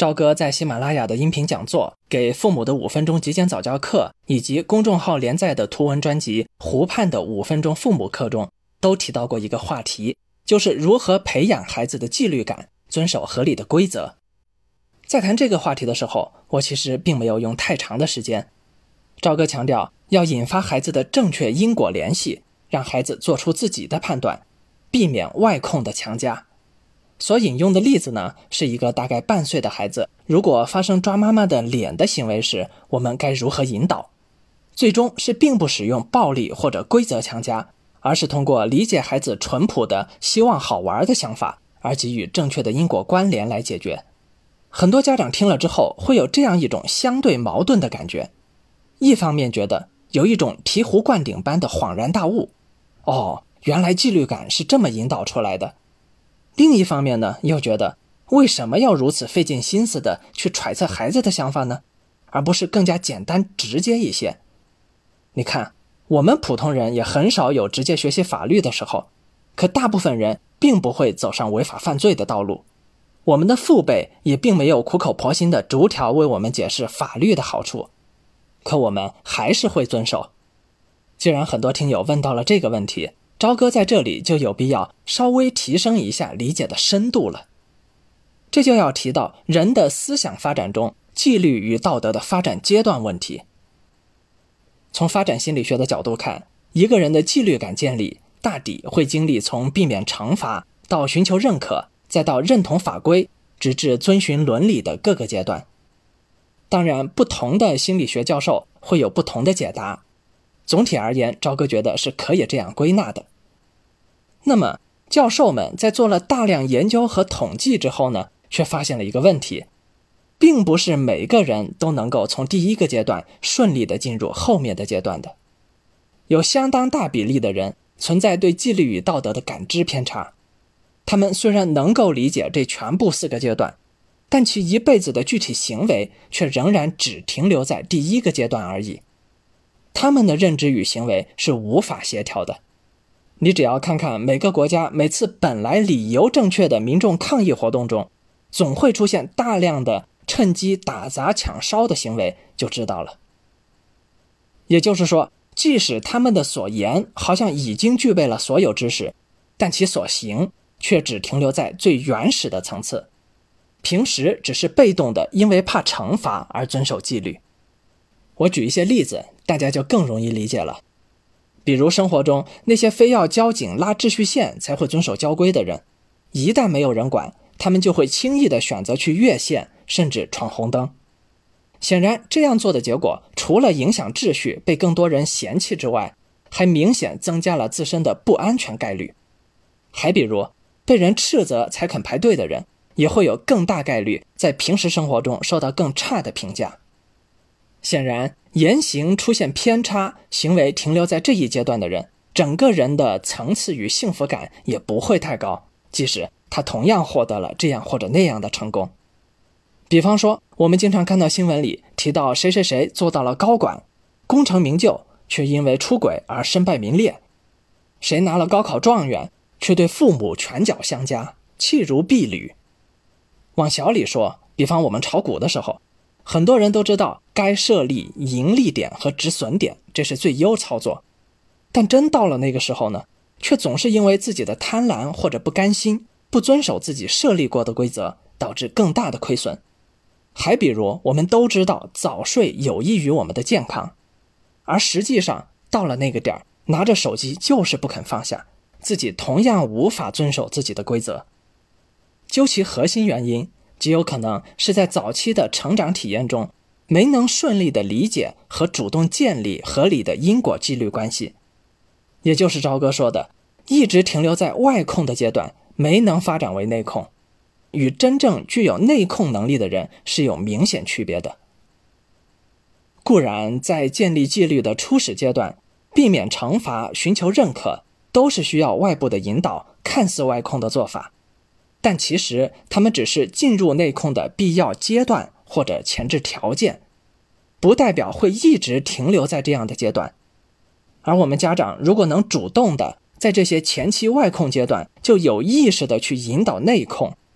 赵哥在喜马拉雅的音频讲座、给父母的5分钟极简早教课，以及公众号连载的图文专辑《湖畔的5分钟父母课》中，都提到过一个话题，就是如何培养孩子的纪律感，遵守合理的规则。在谈这个话题的时候，我其实并没有用太长的时间。赵哥强调要引发孩子的正确因果联系，让孩子做出自己的判断，避免外控的强加。所引用的例子呢，是一个大概半岁的孩子，如果发生抓妈妈的脸的行为时，我们该如何引导？最终是并不使用暴力或者规则强加，而是通过理解孩子淳朴的希望好玩的想法，而给予正确的因果关联来解决。很多家长听了之后会有这样一种相对矛盾的感觉，一方面觉得有一种醍醐灌顶般的恍然大悟，原来纪律感是这么引导出来的。另一方面呢，又觉得为什么要如此费尽心思的去揣测孩子的想法呢？而不是更加简单直接一些。你看，我们普通人也很少有直接学习法律的时候，可大部分人并不会走上违法犯罪的道路。我们的父辈也并没有苦口婆心的逐条为我们解释法律的好处，可我们还是会遵守。既然很多听友问到了这个问题，朝哥在这里就有必要稍微提升一下理解的深度了。这就要提到人的思想发展中纪律与道德的发展阶段问题。从发展心理学的角度看，一个人的纪律感建立大抵会经历从避免惩罚到寻求认可，再到认同法规，直至遵循伦理的各个阶段。当然，不同的心理学教授会有不同的解答，总体而言，朝哥觉得是可以这样归纳的。那么教授们在做了大量研究和统计之后呢，却发现了一个问题，并不是每个人都能够从第一个阶段顺利地进入后面的阶段的。有相当大比例的人存在对纪律与道德的感知偏差，他们虽然能够理解这全部4个阶段，但其一辈子的具体行为却仍然只停留在第1个阶段而已。他们的认知与行为是无法协调的。你只要看看每个国家每次本来理由正确的民众抗议活动中，总会出现大量的趁机打砸抢烧的行为，就知道了。也就是说，即使他们的所言好像已经具备了所有知识，但其所行却只停留在最原始的层次，平时只是被动的因为怕惩罚而遵守纪律。我举一些例子，大家就更容易理解了。比如生活中那些非要交警拉秩序线才会遵守交规的人，一旦没有人管，他们就会轻易地选择去越线，甚至闯红灯。显然这样做的结果，除了影响秩序被更多人嫌弃之外，还明显增加了自身的不安全概率。还比如被人斥责才肯排队的人，也会有更大概率在平时生活中受到更差的评价。显然言行出现偏差，行为停留在这一阶段的人，整个人的层次与幸福感也不会太高，即使他同样获得了这样或者那样的成功。比方说，我们经常看到新闻里提到谁谁谁做到了高管，功成名就，却因为出轨而身败名裂；谁拿了高考状元，却对父母拳脚相加，弃如敝履。往小里说，比方我们炒股的时候，很多人都知道该设立盈利点和止损点，这是最优操作。但真到了那个时候呢，却总是因为自己的贪婪或者不甘心，不遵守自己设立过的规则，导致更大的亏损。还比如我们都知道早睡有益于我们的健康，而实际上到了那个点，拿着手机就是不肯放下，自己同样无法遵守自己的规则。究其核心原因，极有可能是在早期的成长体验中，没能顺利的理解和主动建立合理的因果纪律关系。也就是朝哥说的，一直停留在外控的阶段，没能发展为内控，与真正具有内控能力的人是有明显区别的。固然在建立纪律的初始阶段，避免惩罚、寻求认可，都是需要外部的引导，看似外控的做法，但其实他们只是进入内控的必要阶段或者前置条件，不代表会一直停留在这样的阶段。而我们家长如果能主动的在这些前期外控阶段就有意识的去引导内控，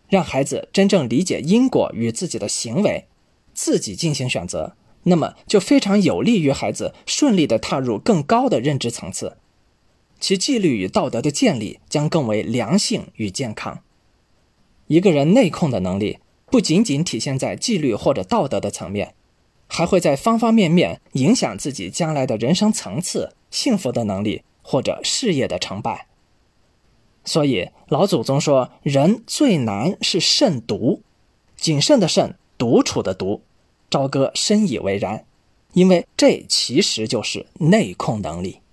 让孩子真正理解因果与自己的行为，自己进行选择，那么就非常有利于孩子顺利地踏入更高的认知层次，其纪律与道德的建立将更为良性与健康。一个人内控的能力不仅仅体现在纪律或者道德的层面，还会在方方面面影响自己将来的人生层次、幸福的能力或者事业的成败。所以老祖宗说，人最难是慎独，谨慎的慎，独处的独，朝歌深以为然，因为这其实就是内控能力。